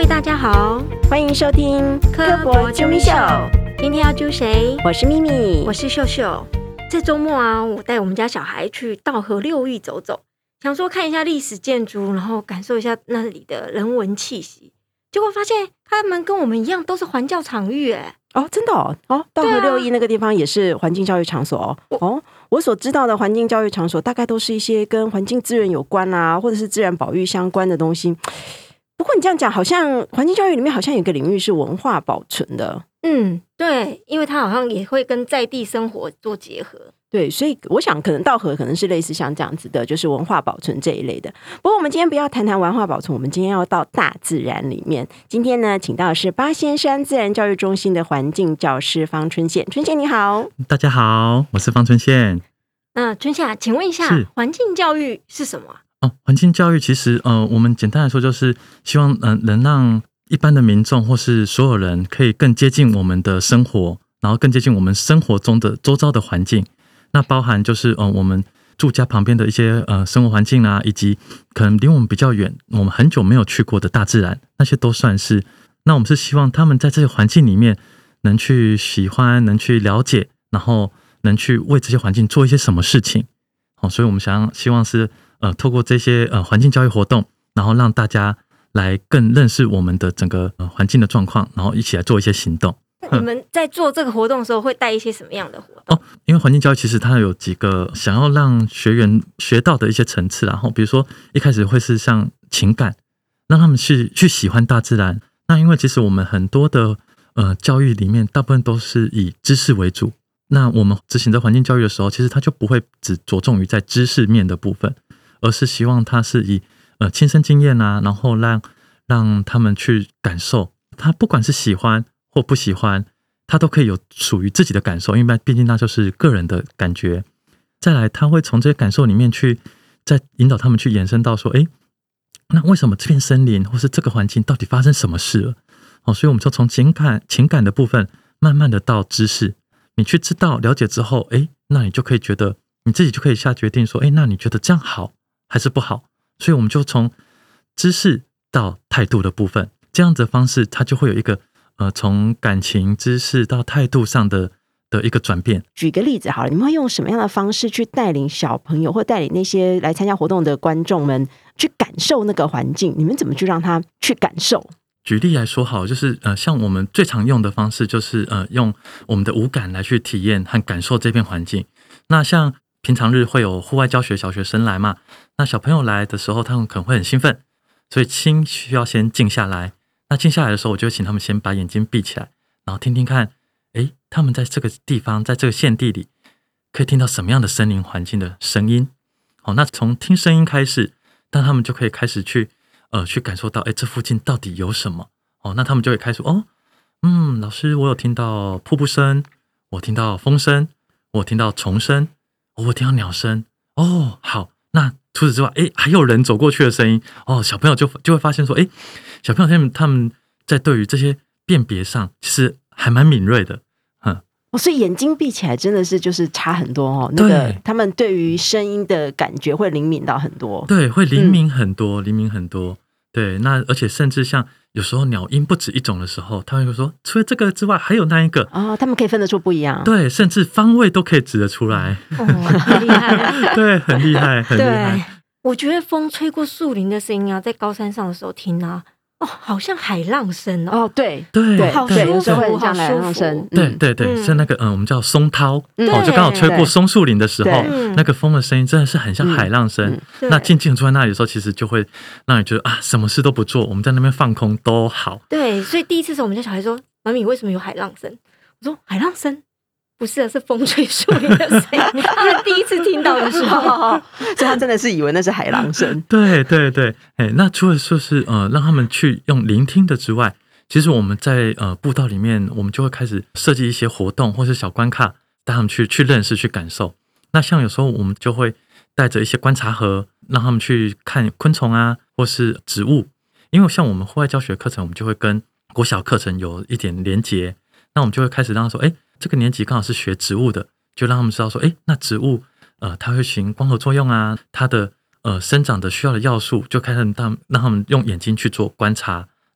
大家好， 欢迎收听科博啾咪秀。今天要揪谁？ 我是咪咪， 我是秀秀。这周末啊，我带我们家小孩去稻荷六艺走走，想说看一下历史建筑，然后感受一下那里的人文气息。结果发现他们跟我们一样都是环教场域， 真的稻荷六艺那个地方也是环境教育场所我所知道的环境教育场所大概都是一些跟环境资源有关啊，或者是自然保育相关的东西。不过你这样讲，好像环境教育里面好像有一个领域是文化保存的。 对，因为它好像也会跟在地生活做结合。 对，所以我想可能稻荷可能是类似像这样子的，就是文化保存这一类的。不过我们今天不要谈谈文化保存，我们今天要到大自然里面。今天呢，请到的是八仙山自然教育中心的环境教师方春宪。春宪你好。 大家好，我是方春宪。 春宪，请问一下，环境教育是什么？ 环境教育其实我们简单来说就是希望能让一般的民众或是所有人可以更接近我们的生活，然后更接近我们生活中的周遭的环境。那包含就是我们住家旁边的一些生活环境啊，以及可能离我们比较远，我们很久没有去过的大自然，那些都算是。那我们是希望他们在这些环境里面能去喜欢，能去了解，然后能去为这些环境做一些什么事情。所以我们希望是透过这些环境教育活动，然后让大家来更认识我们的整个环境的状况，然后一起来做一些行动。 你们在做这个活动的时候会带一些什么样的活动？ 因为环境教育其实它有几个想要让学员学到的一些层次，然后比如说一开始会是像情感，让他们去喜欢大自然。那因为其实我们很多的教育里面大部分都是以知识为主，那我们执行在环境教育的时候，其实它就不会只着重于在知识面的部分，而是希望它是以亲身经验啊，然后让他们去感受，他不管是喜欢或不喜欢，他都可以有属于自己的感受，因为毕竟那就是个人的感觉。再来，他会从这些感受里面去再引导他们去延伸到说，那为什么这片森林或是这个环境到底发生什么事了？所以我们就从情感的部分慢慢的到知识，你去知道了解之后，那你就可以觉得你自己就可以下决定说，那你觉得这样好还是不好？所以我们就从知识到态度的部分，这样子的方式，它就会有一个从感情、知识到态度上的一个转变。 举个例子好了，你们会用什么样的方式去带领小朋友，或带领那些来参加活动的观众们去感受那个环境？你们怎么去让他去感受？ 举例来说好，就是像我们最常用的方式，就是用我们的五感来去体验和感受这片环境。那像平常日会有户外教学小学生来嘛，那小朋友来的时候，他们可能会很兴奋，所以心需要先静下来。那静下来的时候，我就请他们先把眼睛闭起来，然后听听看，他们在这个地方，在这个现地里，可以听到什么样的森林环境的声音。那从听声音开始，那他们就可以开始去感受到，这附近到底有什么？那他们就会开始，老师，我有听到瀑布声，我听到风声，我听到虫声，我听到鸟声。好，那除此之外，还有人走过去的声音。小朋友就会发现说，小朋友他们在对于这些辨别上，其实还蛮敏锐的。 所以眼睛闭起来真的是就是差很多那个他们对于声音的感觉会灵敏到很多。 对，会灵敏很多，灵敏很多。对，那而且甚至像有时候鸟音不止一种的时候，他会说除了这个之外还有那一个。 他们可以分得出不一样。 对，甚至方位都可以指得出来。 很厉害。 对，很厉害，很厉害。 对，我觉得风吹过树林的声音啊，在高山上的时候听啊，好像海浪声对， 好舒服， 会像海浪声。 对，是那个我们叫松涛，就刚好吹过松树林的时候，那个风的声音真的是很像海浪声。那静静坐在那里的时候，其实就会让你觉得什么事都不做，我们在那边放空都好。 对，所以第一次的时候，我们家小孩说：“妈咪，为什么有海浪声？”我说：“海浪声。”不是是风吹树林的声音。他们第一次听到的时候， 所以他真的是以为那是海浪声。 对，那除了说是让他们去用聆听的之外，其实我们在步道里面，我们就会开始设计一些活动或是小关卡，带他们去认识、去感受。那像有时候我们就会带着一些观察盒，让他们去看昆虫啊，或是植物。因为像我们户外教学课程，我们就会跟国小课程有一点连结，那我们就会开始让他说，这个年级刚好是学植物的，就让他们知道说，那植物它会行光合作用啊，它的生长的需要的要素，就开始让他们用眼睛去做观察，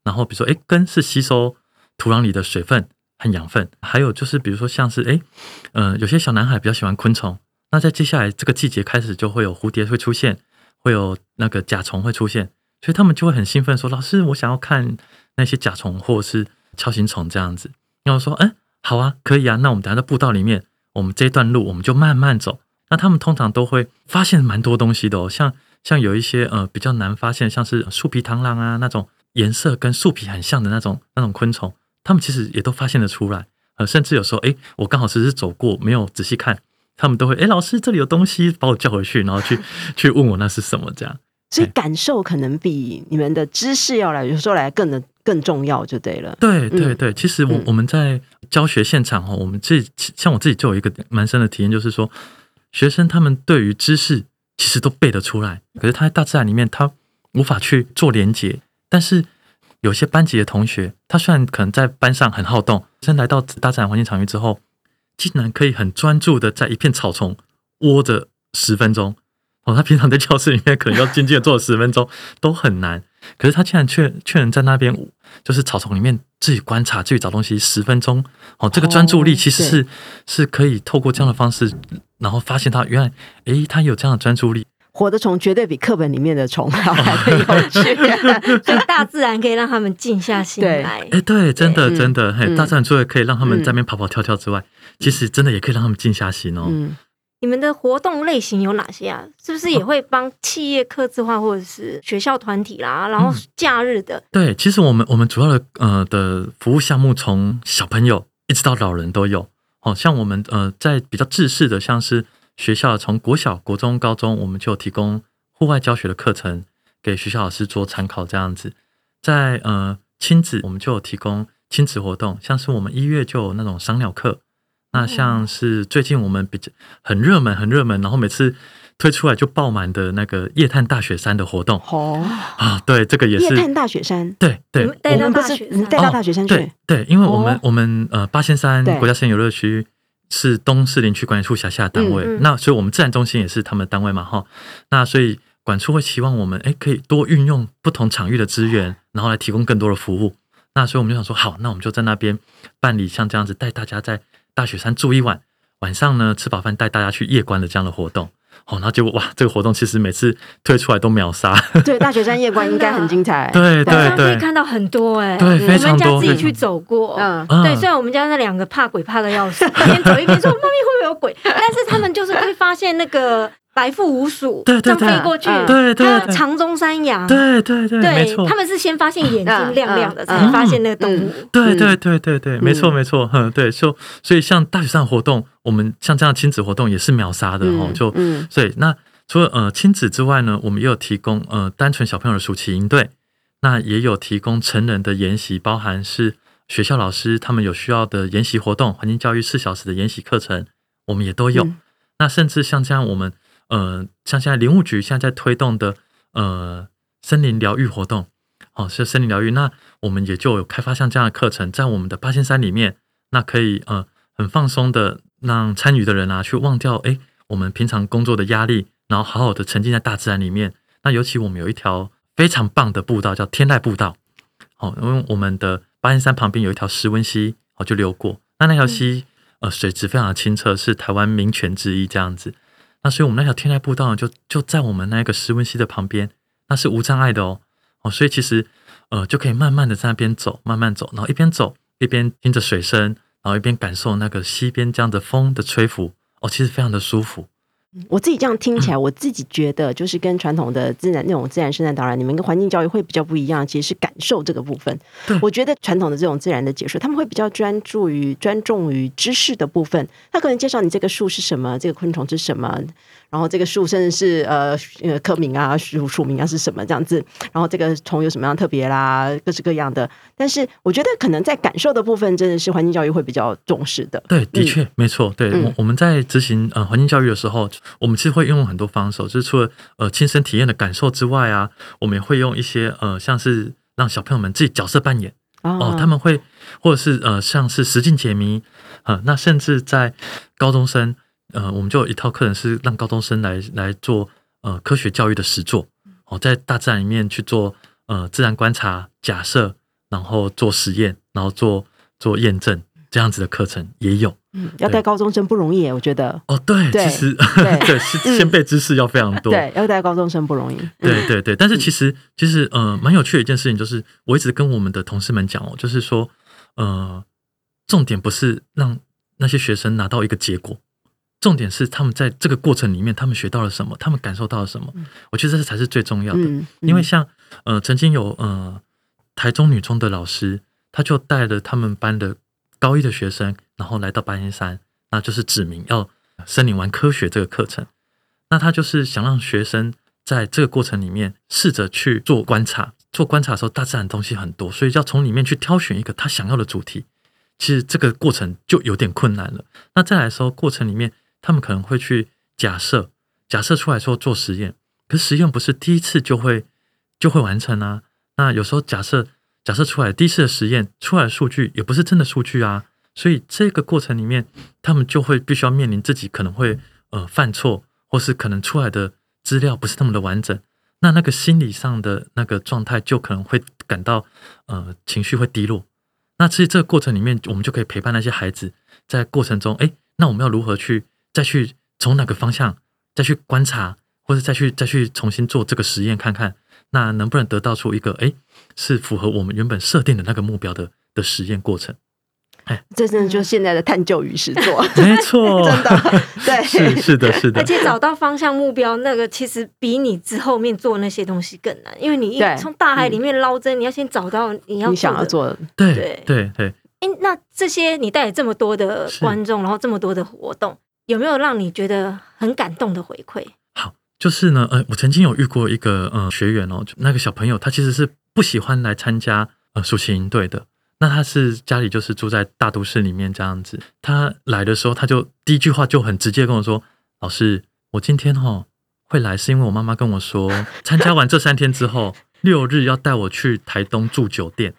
然后比如说根是吸收土壤里的水分和养分，还有就是比如说像是有些小男孩比较喜欢昆虫，那在接下来这个季节开始就会有蝴蝶会出现，会有那个甲虫会出现，所以他们就会很兴奋说，老师我想要看那些甲虫或者是锹形虫这样子。然后说好啊，可以啊，那我们等下在步道里面，我们这一段路我们就慢慢走。那他们通常都会发现蛮多东西的像有一些比较难发现，像是树皮螳螂啊那种颜色跟树皮很像的那种昆虫，他们其实也都发现得出来。甚至有时候我刚好只是走过没有仔细看，他们都会老师这里有东西，把我叫回去，然后去问我那是什么这样。 所以感受可能比你们的知识要来有时候来更重要就对了。 对对对，其实我们在教学现场我们像我自己就有一个蛮深的体验，就是说学生他们对于知识其实都背得出来，可是他在大自然里面他无法去做连结。但是有些班级的同学，他虽然可能在班上很好动，但来到大自然环境场域之后，竟然可以很专注的在一片草丛窝着10分钟。他平常在教室里面可能要静静的坐10分钟都很难，可是他竟然却能在那边就是草丛里面自己观察自己找东西10分钟。这个专注力其实是可以透过这样的方式，然后发现他原来他有这样的专注力。 活的虫绝对比课本里面的虫还更有趣所以大自然可以让他们静下心来。 对，真的真的，大自然除了可以让他们在那边跑跑跳跳之外，其实真的也可以让他们静下心哦。 你们的活动类型有哪些啊？是不是也会帮企业客制化，或者是学校团体啦，然后假日的？ 对，其实我们主要的服务项目从小朋友一直到老人都有。像我们在比较制式的，像是学校从国小、国中、高中，我们就有提供户外教学的课程给学校老师做参考这样子。在亲子，我们就有提供亲子活动，像是我们1月就有那种赏鸟课。那像是最近我们比较很热门，然后每次推出来就爆满的那个夜探大雪山的活动。对，这个也是夜探大雪山。 对，带到大雪山去。 对，因为我们八仙山国家森林游乐区是东势林区管理处辖下的单位，那所以我们自然中心也是他们的单位嘛，那所以管处会希望我们可以多运用不同场域的资源，然后来提供更多的服务。那所以我们就想说，好，那我们就在那边办理像这样子带大家在大雪山住一晚，晚上呢吃饱饭带大家去夜观的这样的活动。然后结果哇，这个活动其实每次推出来都秒杀。 对，大雪山夜观应该很精彩。 对对对， 可以看到很多对，非常多。 我们家自己去走过，对，虽然我们家那2个怕鬼怕的要死，一边走一边说妈咪会不会有鬼，但是他们就是会发现那个白腹鼯鼠这样飞过去， 对， 还有长鬃山羊， 对，没错， 他们是先发现眼睛亮亮的，才发现那个动物。 对，没错，对，所以像大雪山活动，我们像这样亲子活动也是秒杀的所以那除了亲子之外呢，我们也有提供单纯小朋友的暑期营队，那也有提供成人的研习，包含是学校老师他们有需要的研习活动，环境教育4小时的研习课程，我们也都有。那甚至像这样我们像现在林务局现在在推动的森林疗愈活动，是森林疗愈，那我们也就有开发像这样的课程，在我们的八仙山里面，那可以很放松的让参与的人去忘掉我们平常工作的压力，然后好好的沉浸在大自然里面。那尤其我们有一条非常棒的步道叫天籁步道，因为我们的八仙山旁边有一条石温溪就流过，那条溪水质非常的清澈，是台湾名泉之一这样子。那所以我们那条天籁步道就在我们那个石温溪的旁边，那是无障碍的所以其实就可以慢慢的在那边走，慢慢走，然后一边走一边听着水声，然后一边感受那个溪边这样的风的吹拂，其实非常的舒服。 我自己这样听起来，我自己觉得就是跟传统的那种自然生态导览，你们跟环境教育会比较不一样，其实是感受这个部分。我觉得传统的这种自然的解说，他们会比较专重于知识的部分，他可能介绍你这个树是什么，这个昆虫是什么，然后这个树甚至是科名啊、属名啊是什么这样子，然后这个虫有什么样特别啦，各式各样的。但是我觉得可能在感受的部分，真的是环境教育会比较重视的。 对，的确没错。对，我们在执行环境教育的时候，我们其实会用很多方式，就是除了亲身体验的感受之外啊，我们也会用一些像是让小朋友们自己角色扮演他们会或者是像是实境解谜那甚至在高中生我们就有一套课程是让高中生来做科学教育的实作在大自然里面去做自然观察、假设然后做实验，然后做验证这样子的课程也有。 要带高中生不容易耶，我觉得。 对， 对其实对对先辈知识要非常多。 对，要带高中生不容易。 对，但是其实蛮有趣的一件事情，就是我一直跟我们的同事们讲就是说重点不是让那些学生拿到一个结果，重点是他们在这个过程里面，他们学到了什么，他们感受到了什么。我觉得这才是最重要的。因为像曾经有台中女中的老师，他就带了他们班的高一的学生，然后来到八仙山，那就是指明要森林玩科学这个课程。那他就是想让学生在这个过程里面试着去做观察，做观察的时候，大自然的东西很多，所以要从里面去挑选一个他想要的主题。其实这个过程就有点困难了。那再来的时候，过程里面他们可能会去假设出来之后做实验，可是实验不是第一次就会完成啊。那有时候假设出来第一次的实验出来的数据也不是真的数据啊，所以这个过程里面，他们就会必须要面临自己可能会犯错，或是可能出来的资料不是那么的完整。那个心理上的那个状态就可能会感到情绪会低落。那其实这个过程里面，我们就可以陪伴那些孩子在过程中，那我们要如何再去从哪个方向再去观察，或者再去重新做这个实验看看，那能不能得到出一个是符合我们原本设定的那个目标的实验过程。 这真的就是现在的探究与实作。 没错， 真的对， 是的。 而且找到方向目标，那个其实比你之后面做那些东西更难，因为你从大海里面捞针，你要先找到你想要做的。 对。 那这些你带了这么多的观众，然后这么多的活动，有没有让你觉得很感动的回馈？ 好，就是呢，我曾经有遇过一个学员那个小朋友他其实是不喜欢来参加暑期营队的。那他是家里就是住在大都市里面这样子，他来的时候他就第一句话就很直接跟我说：老师，我今天会来是因为我妈妈跟我说，参加完这3天之后6日要带我去台东住酒店。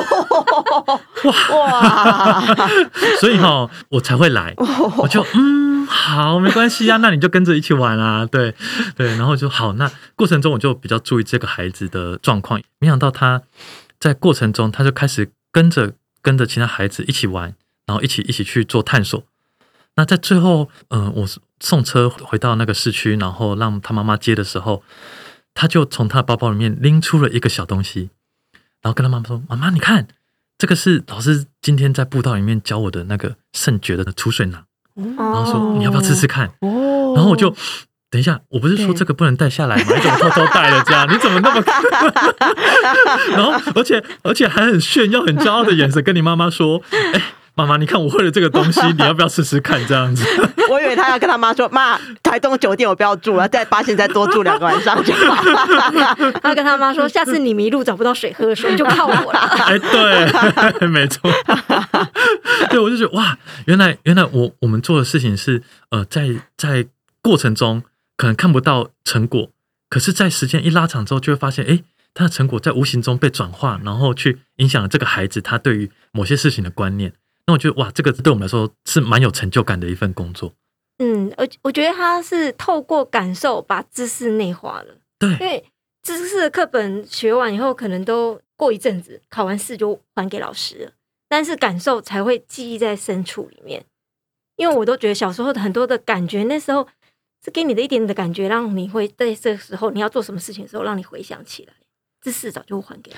哇！所以我才会来，我就好，没关系啊，那你就跟着一起玩啊，对，然后就好。那过程中我就比较注意这个孩子的状况，没想到他在过程中他就开始跟着其他孩子一起玩，然后一起去做探索。那在最后，我送车回到那个市区，然后让他妈妈接的时候，他就从他的包包里面拎出了一个小东西，然后跟他妈妈说：“妈妈，你看，这个是老师今天在步道里面教我的那个圣蕨的储水囊。”然后说：“你要不要吃吃看？”然后我就。等一下，我不是说这个不能带下来吗？你怎么偷偷带了这样？你怎么那么……然后，而且还很炫耀、很骄傲的眼神跟你妈妈说：“妈妈，你看我会了这个东西，你要不要试试看？”这样子。 我以为他要跟他妈说：“妈，台东酒店我不要住了，在八仙再多住2个晚上就好。” 他跟他妈说：“下次你迷路找不到水喝的时候，就靠我了。” 对，没错。对，我就觉得哇，原来我们做的事情是在过程中。可能看不到成果，可是在时间一拉长之后，就会发现，他的成果在无形中被转化，然后去影响了这个孩子他对于某些事情的观念。那我觉得哇，这个对我们来说是蛮有成就感的一份工作。 我觉得他是透过感受把知识内化了。 对， 因为知识的课本学完以后，可能都过一阵子考完试就还给老师了，但是感受才会记忆在深处里面。因为我都觉得小时候的很多的感觉，那时候是给你的一点的感觉，让你会在这个时候你要做什么事情的时候，让你回想起来。知识早就还给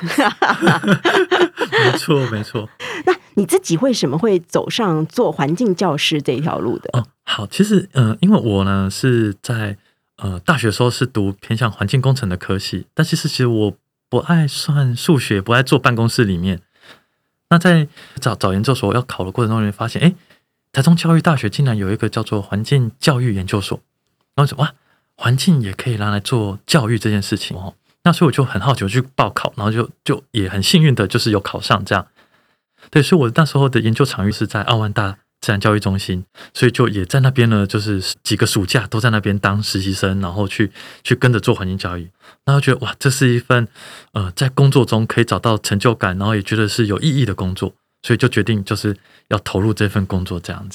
了。没错。 那你自己为什么会走上做环境教师这条路的？ 好，其实因为我呢是在大学的时候是读偏向环境工程的科系，但其实我不爱算数学，不爱坐办公室里面。那在找研究所要考的过程中，发现台中教育大学竟然有一个叫做环境教育研究所，然后说哇，环境也可以拿来做教育这件事情哦。那所以我就很好奇，我去报考，然后就也很幸运的就是有考上这样。对，所以我那时候的研究场域是在奥万大自然教育中心，所以就也在那边呢，就是几个暑假都在那边当实习生，然后去跟着做环境教育。然后觉得哇，这是一份在工作中可以找到成就感，然后也觉得是有意义的工作，所以就决定就是要投入这份工作这样子。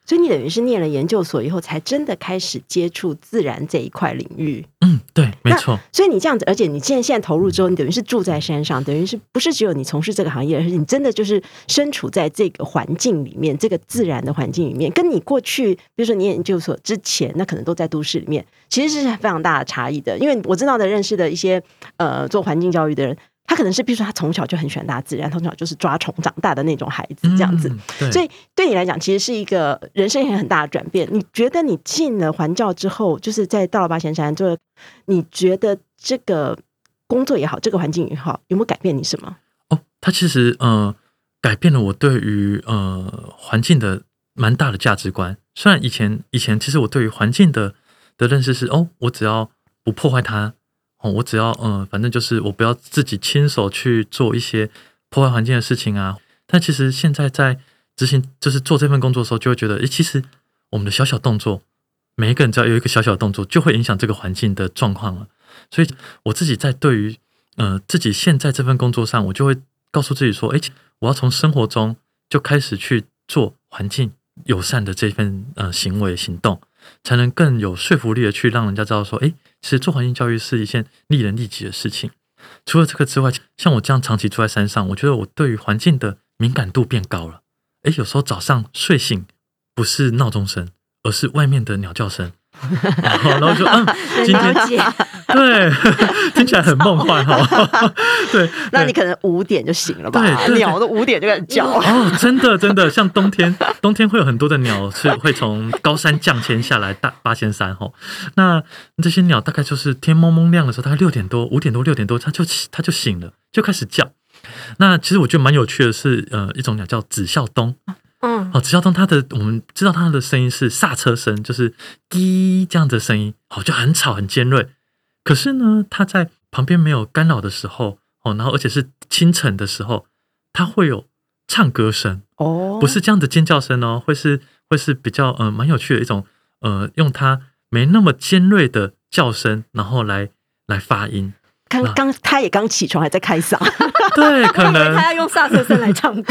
所以你等于是念了研究所以后，才真的开始接触自然这一块领域。 对，没错。 所以你这样子，而且你现在投入之后，你等于是住在山上，等于是不是只有你从事这个行业，而是你真的就是身处在这个环境里面，这个自然的环境里面，跟你过去比如说你研究所之前，那可能都在都市里面，其实是非常大的差异的。因为我知道的认识的一些做环境教育的人，他可能是比如说他从小就很喜欢大自然，从小就是抓虫长大的那种孩子这样子，所以对你来讲其实是一个人生很大的转变。你觉得你进了环教之后，就是在到了八仙山，就你觉得这个工作也好，这个环境也好，有没有改变你什么？ 它其实改变了我对于环境的蛮大的价值观。虽然以前其实我对于环境的认识是我只要不破坏它，我只要反正就是我不要自己亲手去做一些破坏环境的事情啊。但其实现在在执行就是做这份工作的时候，就会觉得其实我们的小小动作，每一个人只要有一个小小的动作，就会影响这个环境的状况了。所以我自己在对于自己现在这份工作上，我就会告诉自己说，我要从生活中就开始去做环境友善的这份行为行动，才能更有说服力的去让人家知道说，其实做环境教育是一件利人利己的事情。除了这个之外，像我这样长期住在山上，我觉得我对于环境的敏感度变高了。有时候早上睡醒不是闹钟声，而是外面的鸟叫声，然后就今天对听起来很梦幻对， 那你可能5点就醒了吧？ 对， 鸟都5点就开始叫真的，像冬天会有很多的鸟是会从高山降迁下来八仙山那这些鸟大概就是天蒙蒙亮的时候，大概6点多、5点多、6点多，它就醒了，就开始叫。那其实我觉得蛮有趣的是，一种鸟叫紫啸鸫。紫啸鸫我们知道它的声音是刹车声，就是滴这样的声音，就很吵很尖锐。可是呢，它在旁边没有干扰的时候，然后而且是清晨的时候，它会有唱歌声不是这样的尖叫声会是比较蛮有趣的一种用它没那么尖锐的叫声，然后来发音。 他也刚起床，还在开嗓。 对，可能他要用刹车声来唱歌。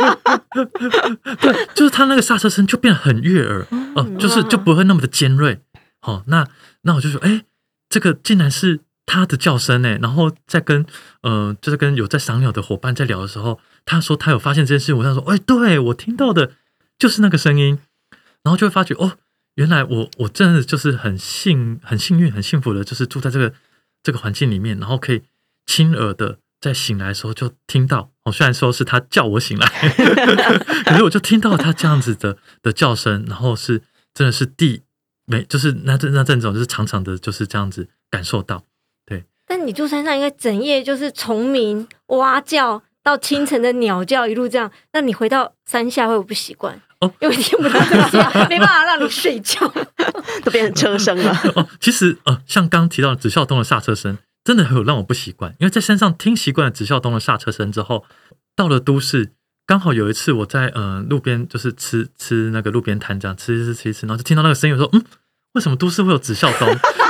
对，就是他那个刹车声就变得很悦耳就不会那么的尖锐。那我就说，这个竟然是他的叫声然后再跟就是跟有在赏鸟的伙伴在聊的时候，他说他有发现这件事情，我他说，对，我听到的就是那个声音，然后就会发觉原来我真的就是很幸运、很幸福的，就是住在这个环境里面，然后可以亲耳的在醒来的时候就听到虽然说是他叫我醒来可是我就听到他这样子的叫声，然后是真的是就是那阵种就是常常的就是这样子感受到。对， 但你住山上应该整夜就是虫鸣蛙叫到清晨的鸟叫，一路这样，那你回到山下会不习惯因为听不到这些没办法让你睡觉都变成车声了其实像刚提到的紫啸鸫的刹车声真的有让我不习惯，因为在山上听习惯了紫啸鸫的刹车声之后，到了都市，刚好有一次我在路边就是吃那个路边摊这样吃，然后就听到那个声音，我说为什么都市会有紫啸鸫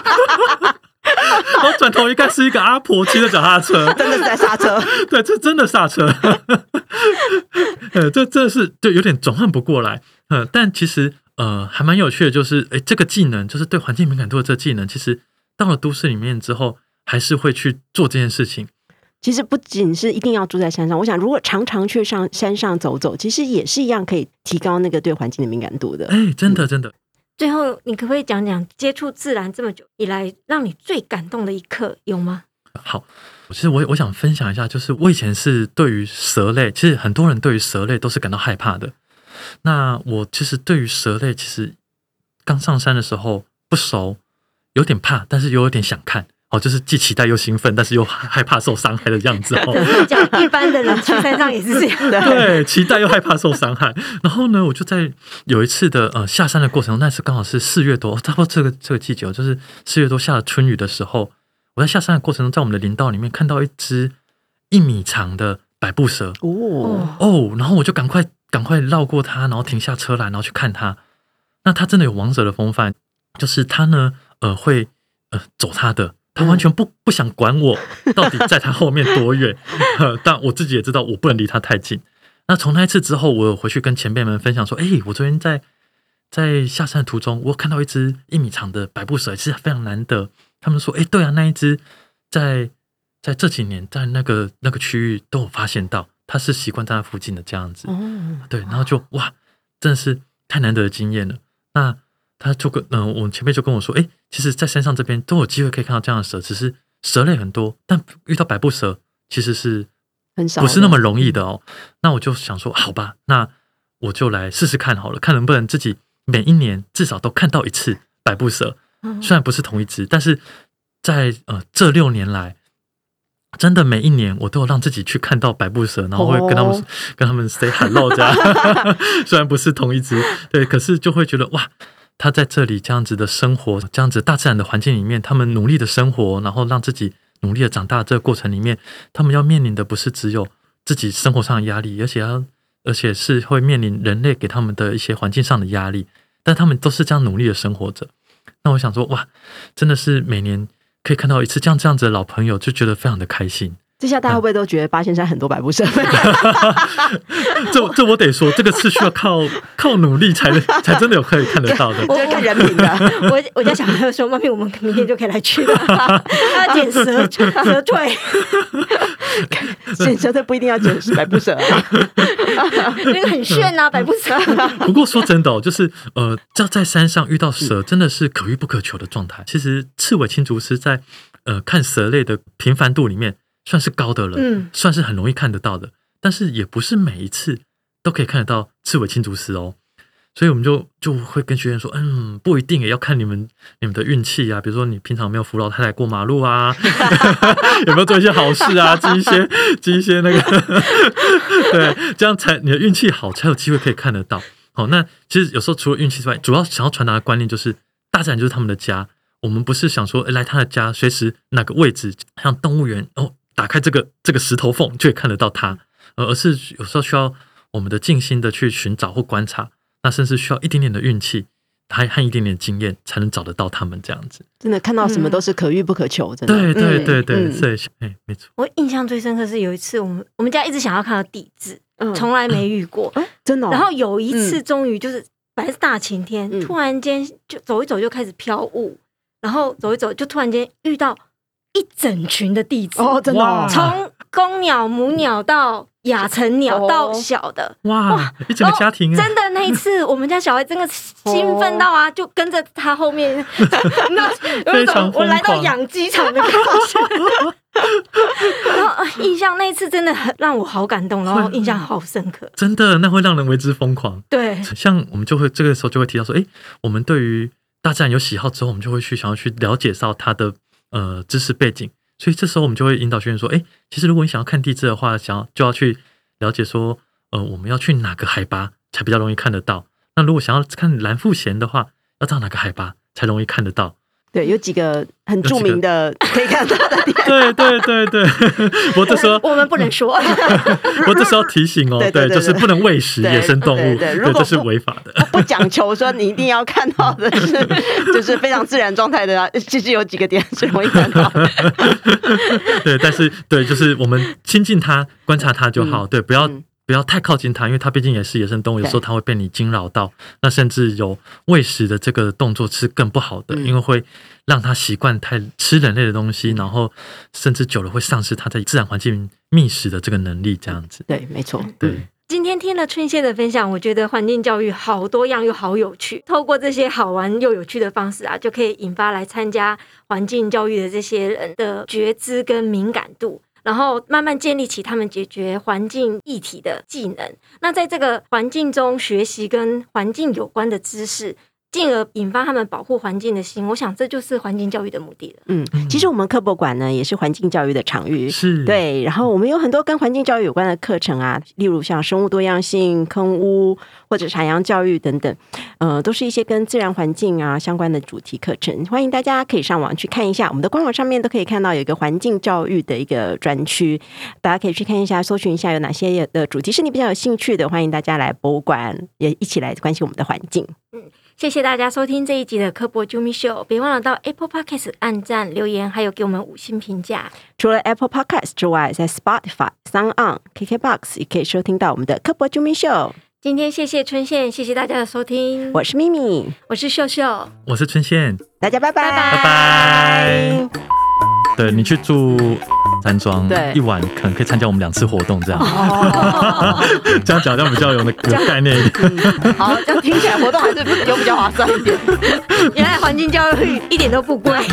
然后转头一看是一个阿婆骑着脚踏车， 真的是在刹车对，这真的刹车这真的是就有点转换不过来但其实还蛮有趣的，就是这个技能就是对环境敏感度的这个技能，其实到了都市里面之后还是会去做这件事情。 其实不仅是一定要住在山上，我想如果常常去上山上走走，其实也是一样可以提高那个对环境的敏感度的。 真的最后你可不可以讲讲接触自然这么久以来让你最感动的一刻有吗？ 好，其实我想分享一下，就是我以前是对于蛇类，其实很多人对于蛇类都是感到害怕的。那我其实对于蛇类，其实刚上山的时候不熟，有点怕，但是又有点想看就是既期待又兴奋，但是又害怕受伤害的样子讲一般的人去山上也是这样的对，期待又害怕受伤害。然后呢，我就在有一次的下山的过程中，那次刚好是4月多，差不多这个季节就是4月多下了春雨的时候，我在下山的过程中，在我们的林道里面看到一只1米长的百步蛇然后我就赶快绕过它，然后停下车来，然后去看它。那它真的有王者的风范，就是它呢会走它的，他完全不想管我到底在他后面多远但我自己也知道我不能离他太近。那从那一次之后，我有回去跟前辈们分享说，我昨天在在下山的途中，我看到一只1米长的百步蛇，是非常难得。他们说，对啊，那一只在这几年在那个区域都有发现到，它是习惯在那附近的这样子。对，然后就哇，真的是太难得的经验了。那他就我前辈就跟我说，其实在山上这边都有机会可以看到这样的蛇，只是蛇类很多，但遇到百步蛇其实是很少， 不是那么容易的哦。那我就想说，好吧，那我就来试试看好了，看能不能自己每一年至少都看到一次百步蛇。虽然不是同一只，但是在这6年来，真的每一年我都有让自己去看到百步蛇，然后会跟他们 say hello 这样。虽然不是同一只，对，可是就会觉得哇，他在这里这样子的生活，这样子大自然的环境里面，他们努力的生活，然后让自己努力的长大的这个过程里面，他们要面临的不是只有自己生活上的压力，而且是会面临人类给他们的一些环境上的压力，但他们都是这样努力的生活着。那我想说，哇，真的是每年可以看到一次这样子的老朋友，就觉得非常的开心。 这下大家会不会都觉得八仙山很多百步蛇？ 这我得说，这个是需要靠努力才真的有可以看得到的。 我看人品的。 我家小孩说，妈咪，我们明天就可以来去了。他要捡蛇腿， 捡蛇腿不一定要捡百步蛇啊。 那个很炫啊，百步蛇。 不过说真的就是要在山上遇到蛇，真的是可遇不可求的状态。其实赤尾青竹丝在看蛇类的频繁度里面算是高的了，算是很容易看得到的，但是也不是每一次都可以看得到赤尾青竹丝哦。所以我们就会跟学员说，不一定也要看你们的运气啊，比如说你平常有没有扶老太太过马路啊，有没有做一些好事啊，积一些那个，对，这样才你的运气好，才有机会可以看得到。好，那其实有时候除了运气之外，主要想要传达的观念就是，大自然就是他们的家。我们不是想说来他的家，随时哪个位置，像动物园打开这个石头缝就可以看得到它，而是有时候需要我们的静心的去寻找或观察，那甚至需要一点点的运气和一点点的经验才能找得到他们这样子。 真的看到什么都是可遇不可求，真的。 对，没错。 我印象最深刻是有一次我们家一直想要看到地质，从来没遇过， 真的。 然后有一次终于就是本来是大晴天，突然间就走一走就开始飘雾。然后走一走，就突然间遇到一整群的弟子真的， 从公鸟、母鸟到亚成鸟到小的， 哇，一整个家庭真的那一次，我们家小孩真的兴奋到啊，就跟着他后面， 非常疯狂， 我来到养鸡场的感觉。然后印象那一次真的很让我好感动，然后印象好深刻， 真的那会让人为之疯狂。 对， 像我们就会这个时候就会提到说，我们对于大自然有喜好之后，我们就会想要去了解到它的知识背景，所以这时候我们就会引导学员说，其实如果你想要看地质的话，就要去了解说，我们要去哪个海拔才比较容易看得到。那如果想要看蓝腹鹇的话，要到哪个海拔才容易看得到？ 对，有几个很著名的可以看到的地方。 对，我这时候我们不能说， 我这时候提醒对，就是不能喂食野生动物，对，这是违法的。 不讲求说你一定要看到的是，就是非常自然状态的，其实有几个点是容易看到的。 对，但是对，就是我们亲近它、观察它就好，对，不要太靠近它，因为它毕竟也是野生动物，有时候它会被你惊扰到，那甚至有喂食的这个动作是更不好的，因为会让它习惯太吃人类的东西，然后甚至久了会丧失它在自然环境觅食的这个能力，这样子。 对，没错。 对。 今天听了春谢的分享，我觉得环境教育好多样又好有趣，透过这些好玩又有趣的方式啊，就可以引发来参加环境教育的这些人的觉知跟敏感度，然后慢慢建立起他们解决环境议题的技能。那在这个环境中学习跟环境有关的知识，进而引发他们保护环境的心，我想这就是环境教育的目的了。 其实我们科博馆呢也是环境教育的场域， 是对。然后我们有很多跟环境教育有关的课程啊，例如像生物多样性、坑污或者海洋教育等等，都是一些跟自然环境啊相关的主题课程。欢迎大家可以上网去看一下，我们的官网上面都可以看到有一个环境教育的一个专区，大家可以去看一下，搜寻一下有哪些的主题是你比较有兴趣的，欢迎大家来博物馆也一起来关心我们的环境。 谢谢大家收听这一集的科博 Jumi Show， 别忘了到 Apple Podcast 按赞留言，还有给我们5星评价。 除了 Apple Podcast 之外，在 Spotify、SoundOn、KKBox 也可以收听到我们的科博 Jumi Show。 今天谢谢春宪，谢谢大家的收听。 我是咪咪， 我是秀秀， 我是春宪， 大家拜拜， 拜拜。对，你去住山庄对 1晚，可能可以参加我们2次活动，这样。 哦， 这样讲这样比较有概念一点。 好，这样听起来活动还是有比较划算一点。 原来环境教育一点都不贵。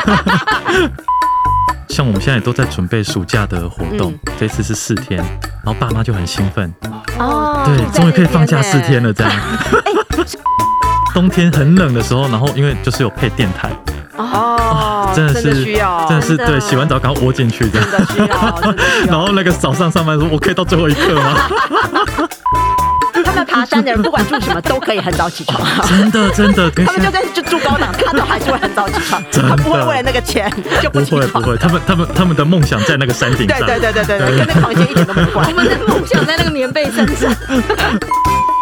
像我们现在也都在准备暑假的活动，这次是4天，然后爸妈就很兴奋， 哦， 对，终于可以放假4天了，这样。冬天很冷的时候，然后因为就是有配电毯， 哦， 真的是需要， 真的是对，洗完澡赶快窝进去这样。 真的需要，真的需要。 然后那个早上上班说，我可以到最后一刻吗？ 他们爬山的人不管住什么都可以很早起床， 真的真的， 他们就跟就住高档，他都还是会很早起床， 真的他不会为了那个钱就不起床。 会不会，他们的梦想在那个山顶上， 对，跟那个房间一点都没关。 我们的梦想在那个棉被身上。